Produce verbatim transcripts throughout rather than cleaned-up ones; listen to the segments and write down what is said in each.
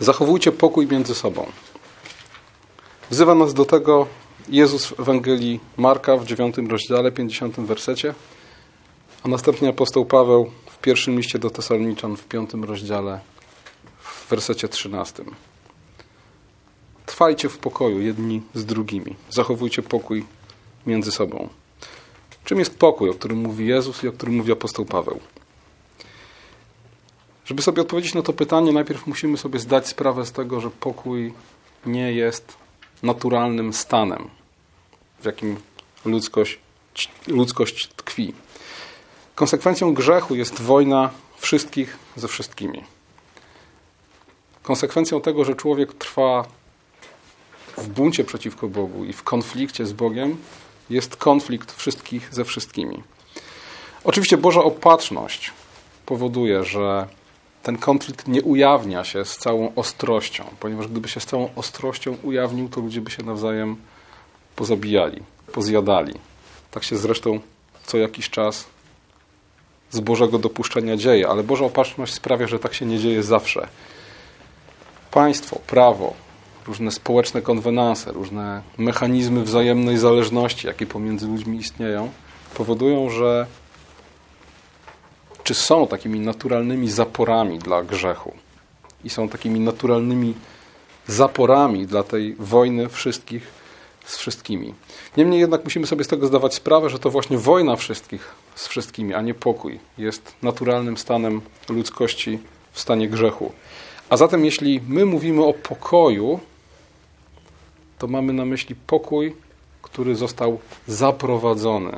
Zachowujcie pokój między sobą. Wzywa nas do tego Jezus w Ewangelii Marka w dziewiątym rozdziale, pięćdziesiątym wersecie, a następnie apostoł Paweł w pierwszym liście do Tesaloniczan w piątym rozdziale, w wersecie trzynastym. Trwajcie w pokoju jedni z drugimi. Zachowujcie pokój między sobą. Czym jest pokój, o którym mówi Jezus i o którym mówi apostoł Paweł? Żeby sobie odpowiedzieć na to pytanie, najpierw musimy sobie zdać sprawę z tego, że pokój nie jest naturalnym stanem, w jakim ludzkość, ludzkość tkwi. Konsekwencją grzechu jest wojna wszystkich ze wszystkimi. Konsekwencją tego, że człowiek trwa w buncie przeciwko Bogu i w konflikcie z Bogiem, jest konflikt wszystkich ze wszystkimi. Oczywiście Boża opatrzność powoduje, że ten konflikt nie ujawnia się z całą ostrością, ponieważ gdyby się z całą ostrością ujawnił, to ludzie by się nawzajem pozabijali, pozjadali. Tak się zresztą co jakiś czas z Bożego dopuszczenia dzieje, ale Boża opatrzność sprawia, że tak się nie dzieje zawsze. Państwo, prawo, różne społeczne konwenanse, różne mechanizmy wzajemnej zależności, jakie pomiędzy ludźmi istnieją, powodują, że czy są takimi naturalnymi zaporami dla grzechu i są takimi naturalnymi zaporami dla tej wojny wszystkich z wszystkimi. Niemniej jednak musimy sobie z tego zdawać sprawę, że to właśnie wojna wszystkich z wszystkimi, a nie pokój, jest naturalnym stanem ludzkości w stanie grzechu. A zatem jeśli my mówimy o pokoju, to mamy na myśli pokój, który został zaprowadzony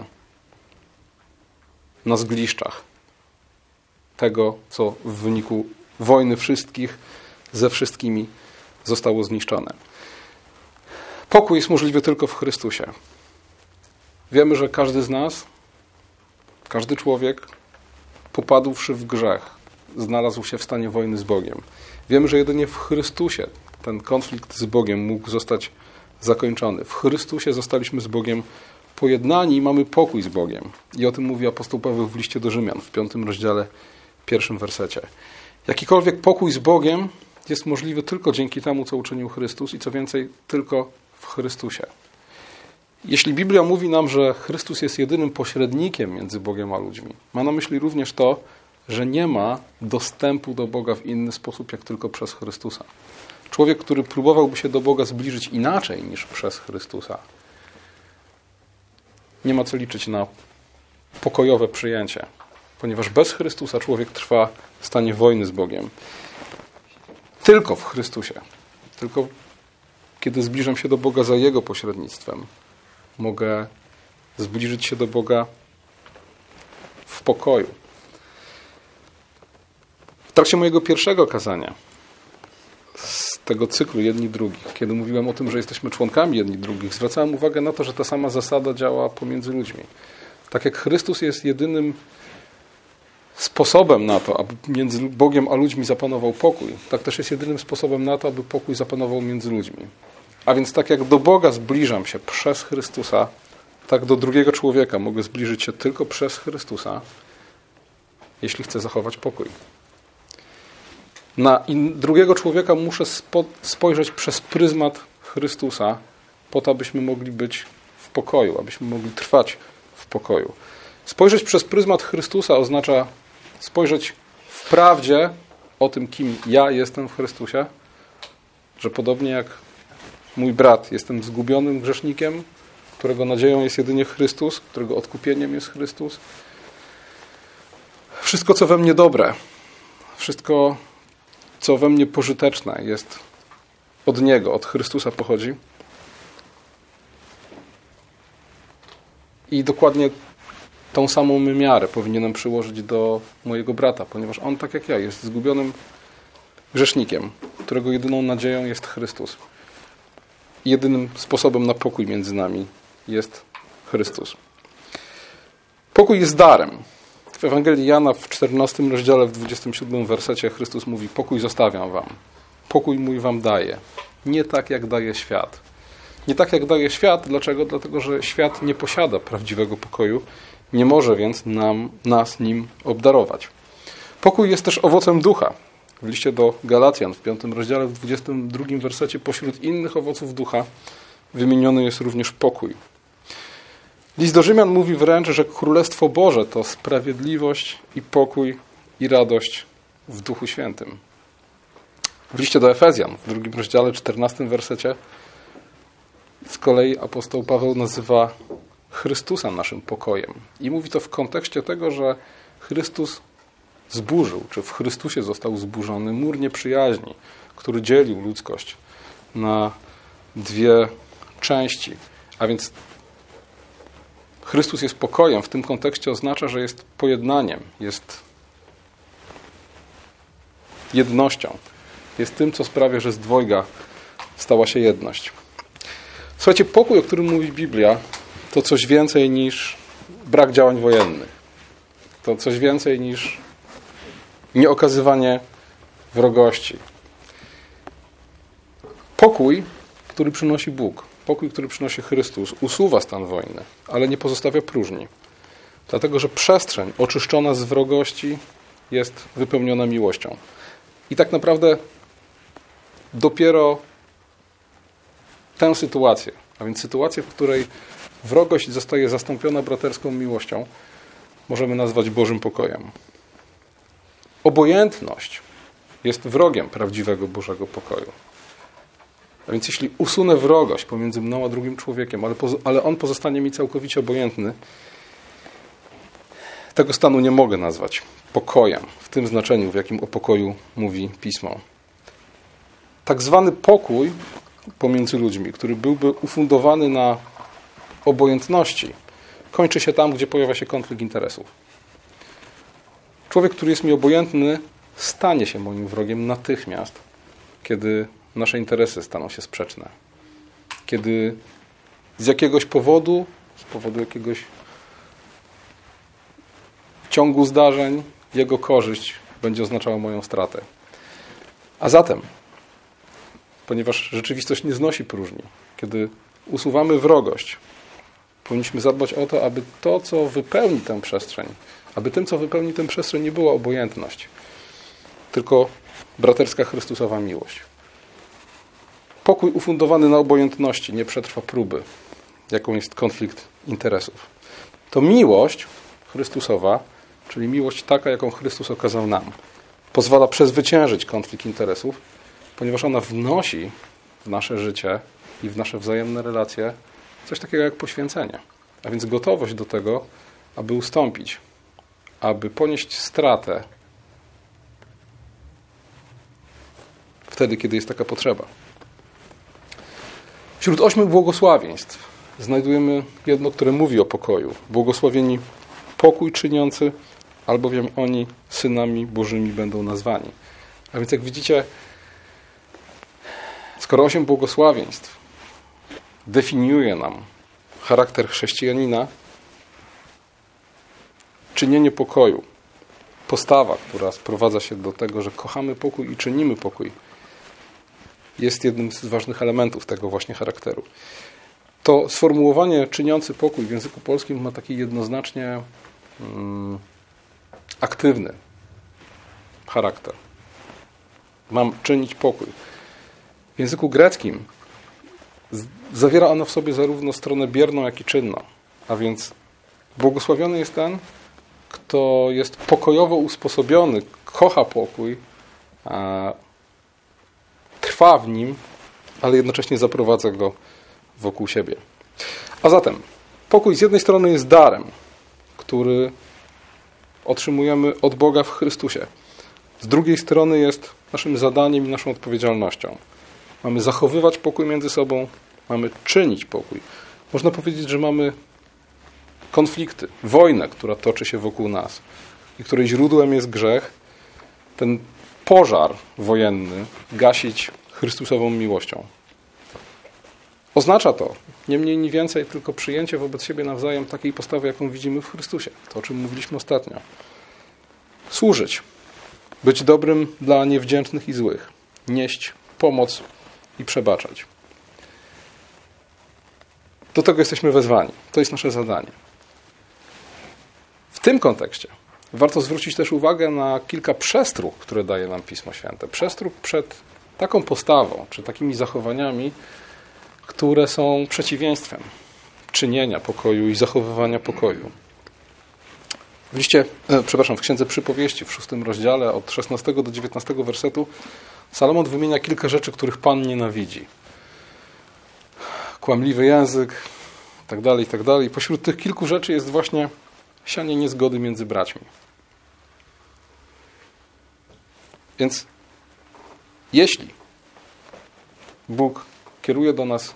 na zgliszczach tego, co w wyniku wojny wszystkich ze wszystkimi zostało zniszczone. Pokój jest możliwy tylko w Chrystusie. Wiemy, że każdy z nas, każdy człowiek, popadłszy w grzech, znalazł się w stanie wojny z Bogiem. Wiemy, że jedynie w Chrystusie ten konflikt z Bogiem mógł zostać zakończony. W Chrystusie zostaliśmy z Bogiem pojednani i mamy pokój z Bogiem. I o tym mówi apostoł Paweł w liście do Rzymian, w piątym rozdziale, pierwszym wersecie. Jakikolwiek pokój z Bogiem jest możliwy tylko dzięki temu, co uczynił Chrystus i co więcej, tylko w Chrystusie. Jeśli Biblia mówi nam, że Chrystus jest jedynym pośrednikiem między Bogiem a ludźmi, ma na myśli również to, że nie ma dostępu do Boga w inny sposób, jak tylko przez Chrystusa. Człowiek, który próbowałby się do Boga zbliżyć inaczej niż przez Chrystusa, nie ma co liczyć na pokojowe przyjęcie, ponieważ bez Chrystusa człowiek trwa w stanie wojny z Bogiem. Tylko w Chrystusie, tylko kiedy zbliżam się do Boga za Jego pośrednictwem, mogę zbliżyć się do Boga w pokoju. W trakcie mojego pierwszego kazania z tego cyklu Jedni Drugich, kiedy mówiłem o tym, że jesteśmy członkami jedni drugich, zwracałem uwagę na to, że ta sama zasada działa pomiędzy ludźmi. Tak jak Chrystus jest jedynym sposobem na to, aby między Bogiem a ludźmi zapanował pokój, tak też jest jedynym sposobem na to, aby pokój zapanował między ludźmi. A więc tak jak do Boga zbliżam się przez Chrystusa, tak do drugiego człowieka mogę zbliżyć się tylko przez Chrystusa, jeśli chcę zachować pokój. Na in- drugiego człowieka muszę spo- spojrzeć przez pryzmat Chrystusa, po to, abyśmy mogli być w pokoju, abyśmy mogli trwać w pokoju. Spojrzeć przez pryzmat Chrystusa oznacza spojrzeć w prawdzie o tym, kim ja jestem w Chrystusie, że podobnie jak mój brat, jestem zgubionym grzesznikiem, którego nadzieją jest jedynie Chrystus, którego odkupieniem jest Chrystus. Wszystko, co we mnie dobre, wszystko, co we mnie pożyteczne, jest od Niego, od Chrystusa pochodzi. I dokładnie tą samą miarę powinienem przyłożyć do mojego brata, ponieważ on, tak jak ja, jest zgubionym grzesznikiem, którego jedyną nadzieją jest Chrystus. I jedynym sposobem na pokój między nami jest Chrystus. Pokój jest darem. W Ewangelii Jana w czternastym rozdziale, w dwudziestym siódmym wersecie Chrystus mówi: pokój zostawiam wam, pokój mój wam daję. Nie tak, jak daje świat. Nie tak, jak daje świat. Dlaczego? Dlatego, że świat nie posiada prawdziwego pokoju, nie może więc nam, nas nim obdarować. Pokój jest też owocem ducha. w liście do Galacjan w piątym rozdziale, w dwudziestym drugim wersecie, pośród innych owoców ducha wymieniony jest również pokój. List do Rzymian mówi wręcz, że Królestwo Boże to sprawiedliwość i pokój i radość w Duchu Świętym. W liście do Efezjan w drugim rozdziale, czternastym wersecie z kolei apostoł Paweł nazywa Chrystusa naszym pokojem. I mówi to w kontekście tego, że Chrystus zburzył, czy w Chrystusie został zburzony mur nieprzyjaźni, który dzielił ludzkość na dwie części. A więc Chrystus jest pokojem. W tym kontekście oznacza, że jest pojednaniem, jest jednością. Jest tym, co sprawia, że z dwojga stała się jedność. Słuchajcie, pokój, o którym mówi Biblia, to coś więcej niż brak działań wojennych. To coś więcej niż nieokazywanie wrogości. Pokój, który przynosi Bóg, pokój, który przynosi Chrystus, usuwa stan wojny, ale nie pozostawia próżni. Dlatego, że przestrzeń oczyszczona z wrogości jest wypełniona miłością. I tak naprawdę dopiero tę sytuację, a więc sytuację, w której wrogość zostaje zastąpiona braterską miłością, możemy nazwać Bożym pokojem. Obojętność jest wrogiem prawdziwego Bożego pokoju. A więc jeśli usunę wrogość pomiędzy mną a drugim człowiekiem, ale, ale on pozostanie mi całkowicie obojętny, tego stanu nie mogę nazwać pokojem w tym znaczeniu, w jakim o pokoju mówi Pismo. Tak zwany pokój pomiędzy ludźmi, który byłby ufundowany na obojętności, kończy się tam, gdzie pojawia się konflikt interesów. Człowiek, który jest mi obojętny, stanie się moim wrogiem natychmiast, kiedy nasze interesy staną się sprzeczne. Kiedy z jakiegoś powodu, z powodu jakiegoś ciągu zdarzeń, jego korzyść będzie oznaczała moją stratę. A zatem, ponieważ rzeczywistość nie znosi próżni, kiedy usuwamy wrogość, powinniśmy zadbać o to, aby to, co wypełni tę przestrzeń, aby tym, co wypełni tę przestrzeń, nie była obojętność, tylko braterska Chrystusowa miłość. Pokój ufundowany na obojętności nie przetrwa próby, jaką jest konflikt interesów. To miłość Chrystusowa, czyli miłość taka, jaką Chrystus okazał nam, pozwala przezwyciężyć konflikt interesów, ponieważ ona wnosi w nasze życie i w nasze wzajemne relacje coś takiego jak poświęcenie. A więc gotowość do tego, aby ustąpić, aby ponieść stratę wtedy, kiedy jest taka potrzeba. Wśród ośmiu błogosławieństw znajdujemy jedno, które mówi o pokoju. Błogosławieni pokój czyniący, albowiem oni synami Bożymi będą nazwani. A więc jak widzicie, skoro osiem błogosławieństw definiuje nam charakter chrześcijanina, czynienie pokoju, postawa, która sprowadza się do tego, że kochamy pokój i czynimy pokój, jest jednym z ważnych elementów tego właśnie charakteru. To sformułowanie czyniący pokój w języku polskim ma taki jednoznacznie mm, aktywny charakter. Mam czynić pokój. W języku greckim zawiera ono w sobie zarówno stronę bierną, jak i czynną. A więc błogosławiony jest ten, kto jest pokojowo usposobiony, kocha pokój, a trwa w nim, ale jednocześnie zaprowadza go wokół siebie. A zatem pokój z jednej strony jest darem, który otrzymujemy od Boga w Chrystusie. Z drugiej strony jest naszym zadaniem i naszą odpowiedzialnością. Mamy zachowywać pokój między sobą, mamy czynić pokój. Można powiedzieć, że mamy konflikty, wojnę, która toczy się wokół nas i której źródłem jest grzech, ten pożar wojenny gasić Chrystusową miłością. Oznacza to nie mniej, nie więcej, tylko przyjęcie wobec siebie nawzajem takiej postawy, jaką widzimy w Chrystusie. To, o czym mówiliśmy ostatnio. Służyć. Być dobrym dla niewdzięcznych i złych. Nieść pomoc i przebaczać. Do tego jesteśmy wezwani. To jest nasze zadanie. W tym kontekście warto zwrócić też uwagę na kilka przestróg, które daje nam Pismo Święte. Przestróg przed taką postawą, czy takimi zachowaniami, które są przeciwieństwem czynienia pokoju i zachowywania pokoju. W liście, e, przepraszam, w Księdze Przypowieści, w szóstym rozdziale, od szesnastego do dziewiętnastego wersetu, Salomon wymienia kilka rzeczy, których Pan nienawidzi. Kłamliwy język, tak dalej, i tak dalej. Pośród tych kilku rzeczy jest właśnie sianie niezgody między braćmi. Więc jeśli Bóg kieruje do nas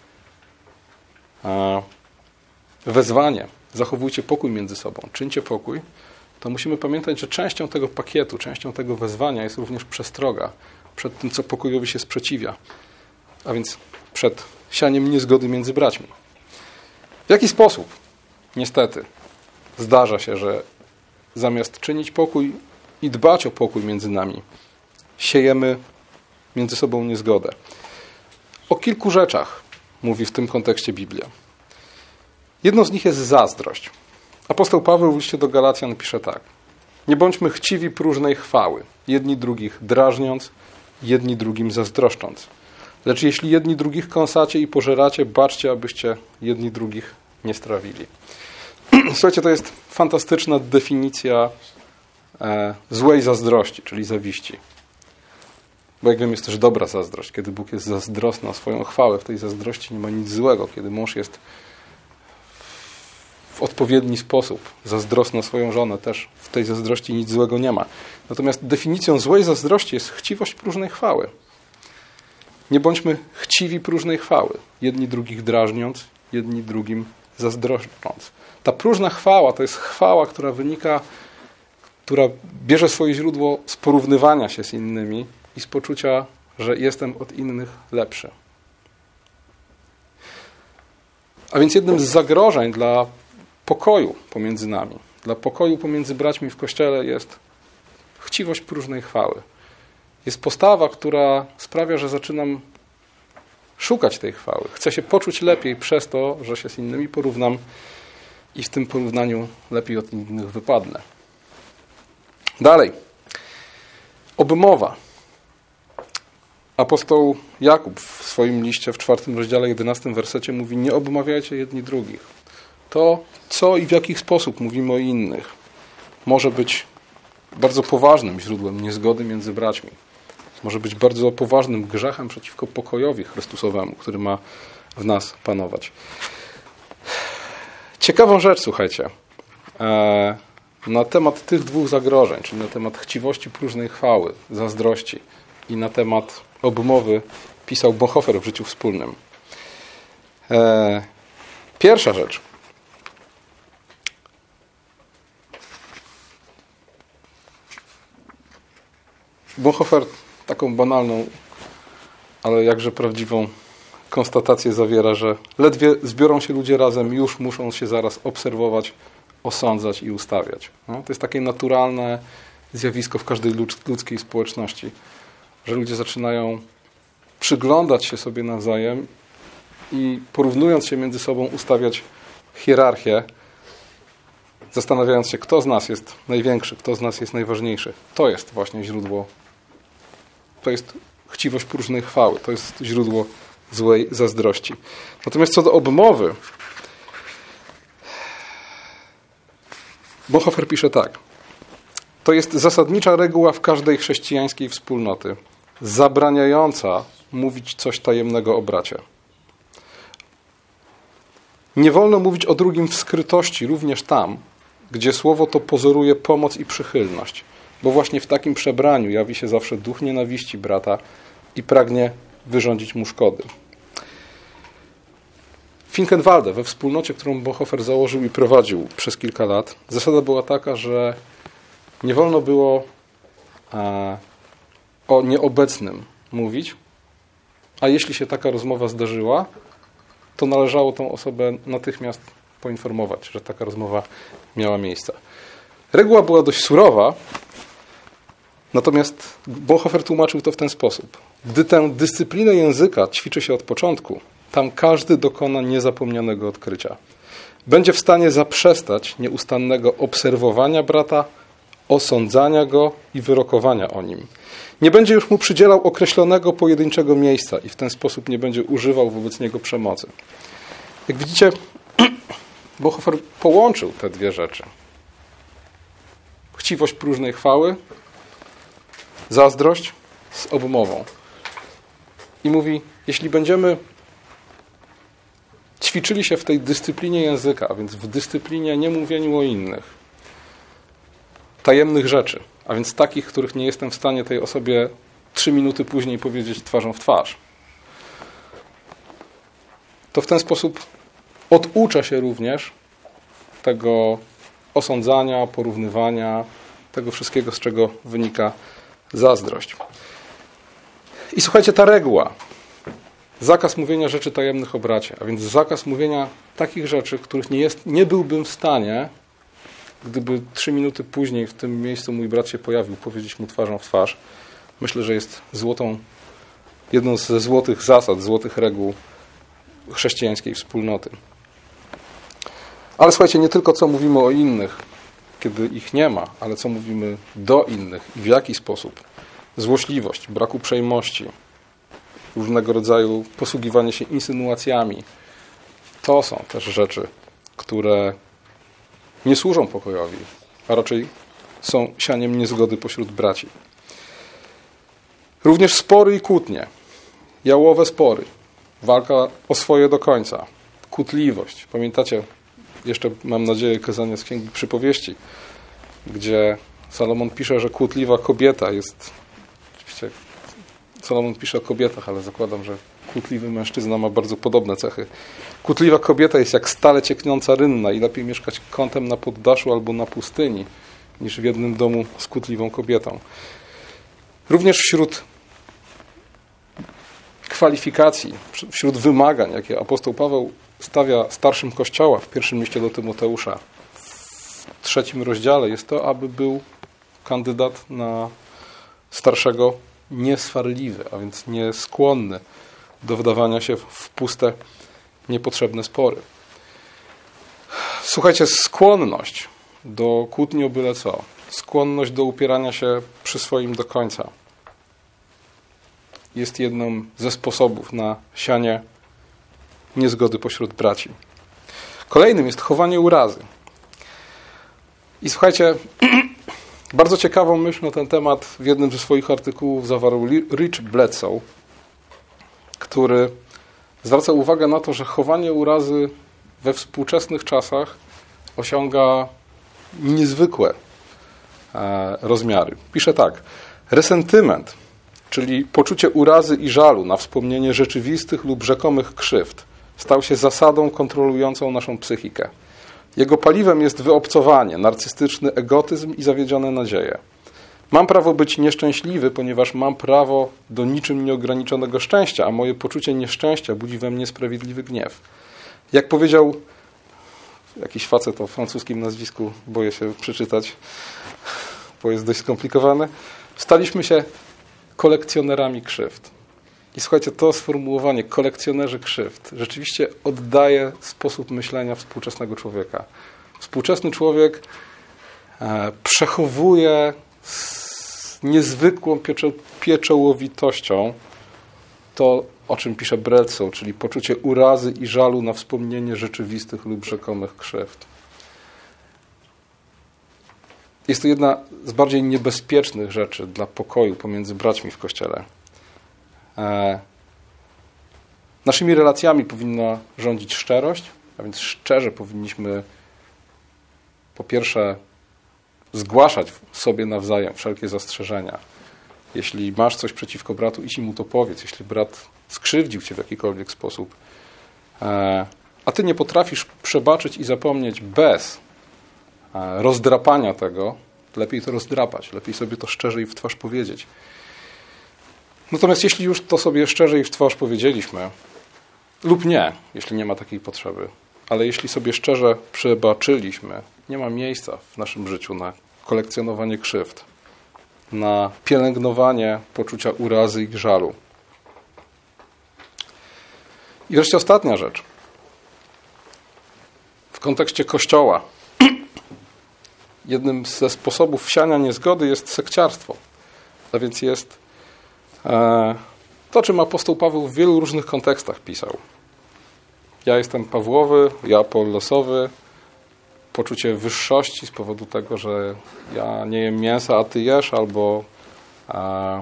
wezwanie, zachowujcie pokój między sobą, czyńcie pokój, to musimy pamiętać, że częścią tego pakietu, częścią tego wezwania jest również przestroga przed tym, co pokojowi się sprzeciwia, a więc przed sianiem niezgody między braćmi. W jaki sposób, niestety, zdarza się, że zamiast czynić pokój i dbać o pokój między nami, siejemy między sobą niezgodę? O kilku rzeczach mówi w tym kontekście Biblia. Jedną z nich jest zazdrość. Apostoł Paweł w liście do Galacjan pisze tak: nie bądźmy chciwi próżnej chwały, jedni drugich drażniąc, jedni drugim zazdroszcząc. Lecz jeśli jedni drugich kąsacie i pożeracie, baczcie, abyście jedni drugich nie strawili. Słuchajcie, to jest fantastyczna definicja e, złej zazdrości, czyli zawiści. Bo jak wiem, jest też dobra zazdrość. Kiedy Bóg jest zazdrosny o swoją chwałę, w tej zazdrości nie ma nic złego. Kiedy mąż jest w odpowiedni sposób zazdrosny o swoją żonę, też w tej zazdrości nic złego nie ma. Natomiast definicją złej zazdrości jest chciwość próżnej chwały. Nie bądźmy chciwi próżnej chwały, jedni drugich drażniąc, jedni drugim zazdroszcząc. Ta próżna chwała to jest chwała, która wynika, która bierze swoje źródło z porównywania się z innymi i z poczucia, że jestem od innych lepszy. A więc jednym z zagrożeń dla pokoju pomiędzy nami, dla pokoju pomiędzy braćmi w Kościele jest chciwość próżnej chwały. Jest postawa, która sprawia, że zaczynam szukać tej chwały. Chcę się poczuć lepiej przez to, że się z innymi porównam i w tym porównaniu lepiej od innych wypadnę. Dalej. Obmowa. Apostoł Jakub w swoim liście w czwartym rozdziale, jedenastym wersecie mówi: nie obmawiajcie jedni drugich. To, co i w jaki sposób mówimy o innych, może być bardzo poważnym źródłem niezgody między braćmi. Może być bardzo poważnym grzechem przeciwko pokojowi Chrystusowemu, który ma w nas panować. Ciekawą rzecz, słuchajcie, na temat tych dwóch zagrożeń, czyli na temat chciwości próżnej chwały, zazdrości i na temat obmowy pisał Bonhoeffer w Życiu Wspólnym. Pierwsza rzecz. Bonhoeffer taką banalną, ale jakże prawdziwą konstatację zawiera, że ledwie zbiorą się ludzie razem, już muszą się zaraz obserwować, osądzać i ustawiać. No, to jest takie naturalne zjawisko w każdej ludzkiej społeczności, że ludzie zaczynają przyglądać się sobie nawzajem i porównując się między sobą ustawiać hierarchię, zastanawiając się, kto z nas jest największy, kto z nas jest najważniejszy. To jest właśnie źródło, to jest chciwość próżnej chwały, to jest źródło złej zazdrości. Natomiast co do obmowy, Bonhoeffer pisze tak: to jest zasadnicza reguła w każdej chrześcijańskiej wspólnoty, zabraniająca mówić coś tajemnego o bracie. Nie wolno mówić o drugim w skrytości, również tam, gdzie słowo to pozoruje pomoc i przychylność, bo właśnie w takim przebraniu jawi się zawsze duch nienawiści brata i pragnie wyrządzić mu szkody. W Finkenwalde, we wspólnocie, którą Bonhoeffer założył i prowadził przez kilka lat, zasada była taka, że nie wolno było e, o nieobecnym mówić, a jeśli się taka rozmowa zdarzyła, to należało tą osobę natychmiast poinformować, że taka rozmowa miała miejsce. Reguła była dość surowa, natomiast Bonhoeffer tłumaczył to w ten sposób. Gdy tę dyscyplinę języka ćwiczy się od początku, tam każdy dokona niezapomnianego odkrycia. Będzie w stanie zaprzestać nieustannego obserwowania brata osądzania go i wyrokowania o nim. Nie będzie już mu przydzielał określonego pojedynczego miejsca i w ten sposób nie będzie używał wobec niego przemocy. Jak widzicie, Bonhoeffer połączył te dwie rzeczy. Chciwość próżnej chwały, zazdrość z obmową. I mówi, jeśli będziemy ćwiczyli się w tej dyscyplinie języka, a więc w dyscyplinie nie mówieniu o innych, tajemnych rzeczy, a więc takich, których nie jestem w stanie tej osobie trzy minuty później powiedzieć twarzą w twarz, to w ten sposób oduczę się również tego osądzania, porównywania, tego wszystkiego, z czego wynika zazdrość. I słuchajcie, ta reguła, zakaz mówienia rzeczy tajemnych o bracie, a więc zakaz mówienia takich rzeczy, których nie, jest, nie byłbym w stanie, gdyby trzy minuty później w tym miejscu mój brat się pojawił, powiedzieć mu twarzą w twarz. Myślę, że jest złotą, jedną ze złotych zasad, złotych reguł chrześcijańskiej wspólnoty. Ale słuchajcie, nie tylko co mówimy o innych, kiedy ich nie ma, ale co mówimy do innych i w jaki sposób. Złośliwość, brak uprzejmości, różnego rodzaju posługiwanie się insynuacjami. To są też rzeczy, które nie służą pokojowi, a raczej są sianiem niezgody pośród braci. Również spory i kłótnie, jałowe spory, walka o swoje do końca, kłótliwość. Pamiętacie, jeszcze mam nadzieję, kazanie z Księgi Przypowieści, gdzie Salomon pisze, że kłótliwa kobieta jest... Oczywiście Salomon pisze o kobietach, ale zakładam, że kłótliwy mężczyzna ma bardzo podobne cechy. Kłótliwa kobieta jest jak stale cieknąca rynna i lepiej mieszkać kątem na poddaszu albo na pustyni, niż w jednym domu z kłótliwą kobietą. Również wśród kwalifikacji, wśród wymagań, jakie apostoł Paweł stawia starszym Kościoła w pierwszym liście do Tymoteusza, w trzecim rozdziale, jest to, aby był kandydat na starszego nieswarliwy, a więc nieskłonny do wdawania się w puste, niepotrzebne spory. Słuchajcie, skłonność do kłótni o byle co, skłonność do upierania się przy swoim do końca jest jednym ze sposobów na sianie niezgody pośród braci. Kolejnym jest chowanie urazy. I słuchajcie, bardzo ciekawą myśl na ten temat w jednym ze swoich artykułów zawarł Rich Bledsoe, który zwraca uwagę na to, że chowanie urazy we współczesnych czasach osiąga niezwykłe rozmiary. Pisze tak: resentyment, czyli poczucie urazy i żalu na wspomnienie rzeczywistych lub rzekomych krzywd, stał się zasadą kontrolującą naszą psychikę. Jego paliwem jest wyobcowanie, narcystyczny egotyzm i zawiedzione nadzieje. Mam prawo być nieszczęśliwy, ponieważ mam prawo do niczym nieograniczonego szczęścia, a moje poczucie nieszczęścia budzi we mnie sprawiedliwy gniew. Jak powiedział jakiś facet o francuskim nazwisku, boję się przeczytać, bo jest dość skomplikowane, staliśmy się kolekcjonerami krzywd. I słuchajcie, to sformułowanie kolekcjonerzy krzywd rzeczywiście oddaje sposób myślenia współczesnego człowieka. Współczesny człowiek e, przechowuje z niezwykłą pieczo, pieczołowitością to, o czym pisze Bledsoe, czyli poczucie urazy i żalu na wspomnienie rzeczywistych lub rzekomych krzywd. Jest to jedna z bardziej niebezpiecznych rzeczy dla pokoju pomiędzy braćmi w Kościele. E, naszymi relacjami powinna rządzić szczerość, a więc szczerze powinniśmy po pierwsze zgłaszać sobie nawzajem wszelkie zastrzeżenia. Jeśli masz coś przeciwko bratu, idź mu to powiedz. Jeśli brat skrzywdził cię w jakikolwiek sposób, e, a ty nie potrafisz przebaczyć i zapomnieć bez e, rozdrapania tego, lepiej to rozdrapać, lepiej sobie to szczerze i w twarz powiedzieć. Natomiast jeśli już to sobie szczerze i w twarz powiedzieliśmy, lub nie, jeśli nie ma takiej potrzeby, ale jeśli sobie szczerze przebaczyliśmy, nie ma miejsca w naszym życiu na kolekcjonowanie krzywd, na pielęgnowanie poczucia urazy i żalu. I wreszcie ostatnia rzecz. W kontekście Kościoła jednym ze sposobów wsiania niezgody jest sekciarstwo. A więc jest e, to, czym apostoł Paweł w wielu różnych kontekstach pisał. Ja jestem Pawłowy, ja Apollosowy, poczucie wyższości z powodu tego, że ja nie jem mięsa, a ty jesz, albo e,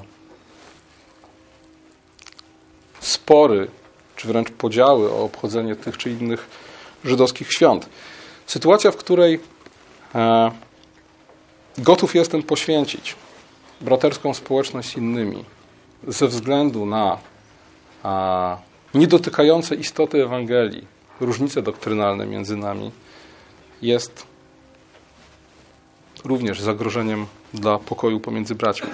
spory, czy wręcz podziały o obchodzenie tych czy innych żydowskich świąt. Sytuacja, w której e, gotów jestem poświęcić braterską społeczność z innymi ze względu na a, niedotykające istoty Ewangelii, różnice doktrynalne między nami, jest również zagrożeniem dla pokoju pomiędzy braćmi.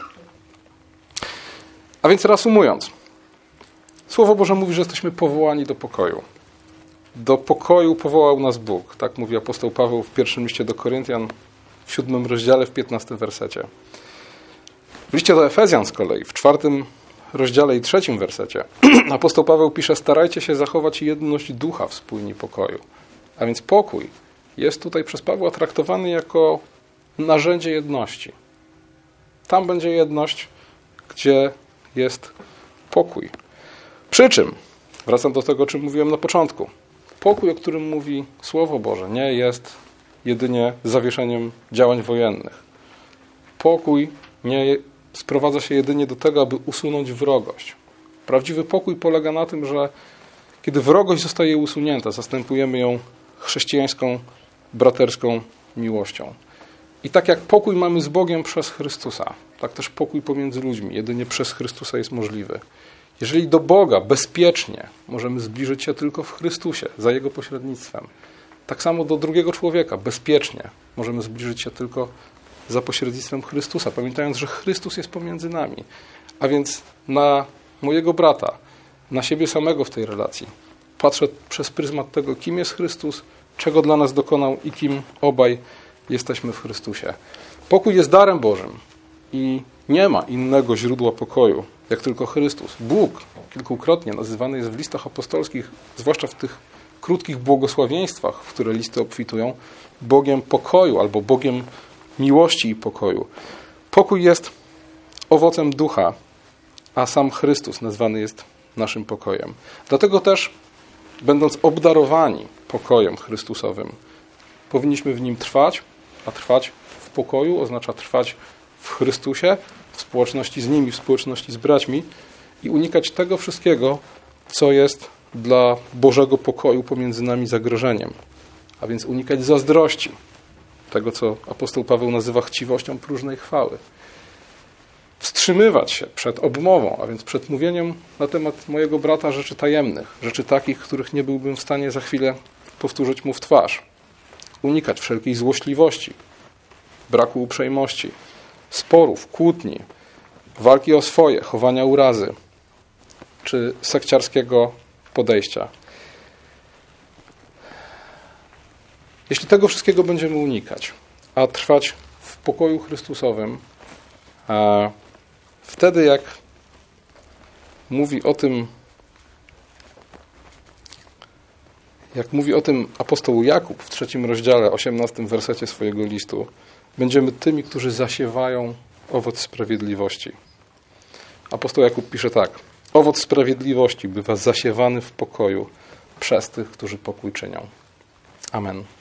A więc reasumując, Słowo Boże mówi, że jesteśmy powołani do pokoju. Do pokoju powołał nas Bóg. Tak mówi apostoł Paweł w pierwszym liście do Koryntian, w siódmym rozdziale, w piętnastym wersecie. W liście do Efezjan z kolei, w czwartym rozdziale i trzecim wersecie, apostoł Paweł pisze: starajcie się zachować jedność ducha w spójni pokoju. A więc pokój jest tutaj przez Pawła traktowany jako narzędzie jedności. Tam będzie jedność, gdzie jest pokój. Przy czym, wracam do tego, o czym mówiłem na początku, pokój, o którym mówi Słowo Boże, nie jest jedynie zawieszeniem działań wojennych. Pokój nie sprowadza się jedynie do tego, aby usunąć wrogość. Prawdziwy pokój polega na tym, że kiedy wrogość zostaje usunięta, zastępujemy ją chrześcijańską, braterską miłością. I tak jak pokój mamy z Bogiem przez Chrystusa, tak też pokój pomiędzy ludźmi jedynie przez Chrystusa jest możliwy. Jeżeli do Boga bezpiecznie możemy zbliżyć się tylko w Chrystusie, za Jego pośrednictwem, tak samo do drugiego człowieka bezpiecznie możemy zbliżyć się tylko za pośrednictwem Chrystusa, pamiętając, że Chrystus jest pomiędzy nami. A więc na mojego brata, na siebie samego w tej relacji patrzę przez pryzmat tego, kim jest Chrystus, czego dla nas dokonał i kim obaj jesteśmy w Chrystusie. Pokój jest darem Bożym i nie ma innego źródła pokoju, jak tylko Chrystus. Bóg kilkukrotnie nazywany jest w listach apostolskich, zwłaszcza w tych krótkich błogosławieństwach, w które listy obfitują, Bogiem pokoju albo Bogiem miłości i pokoju. Pokój jest owocem ducha, a sam Chrystus nazwany jest naszym pokojem. Dlatego też, będąc obdarowani pokojem Chrystusowym, powinniśmy w nim trwać, a trwać w pokoju oznacza trwać w Chrystusie, w społeczności z nimi, w społeczności z braćmi i unikać tego wszystkiego, co jest dla Bożego pokoju pomiędzy nami zagrożeniem. A więc unikać zazdrości, tego, co apostoł Paweł nazywa chciwością próżnej chwały. Wstrzymywać się przed obmową, a więc przed mówieniem na temat mojego brata rzeczy tajemnych, rzeczy takich, których nie byłbym w stanie za chwilę powtórzyć mu w twarz. Unikać wszelkiej złośliwości, braku uprzejmości, sporów, kłótni, walki o swoje, chowania urazy czy sekciarskiego podejścia. Jeśli tego wszystkiego będziemy unikać, a trwać w pokoju Chrystusowym, a wtedy jak mówi o tym jak mówi o tym apostoł Jakub w trzecim rozdziale, osiemnastym wersecie swojego listu, będziemy tymi, którzy zasiewają owoc sprawiedliwości. Apostoł Jakub pisze tak: owoc sprawiedliwości bywa zasiewany w pokoju przez tych, którzy pokój czynią. Amen.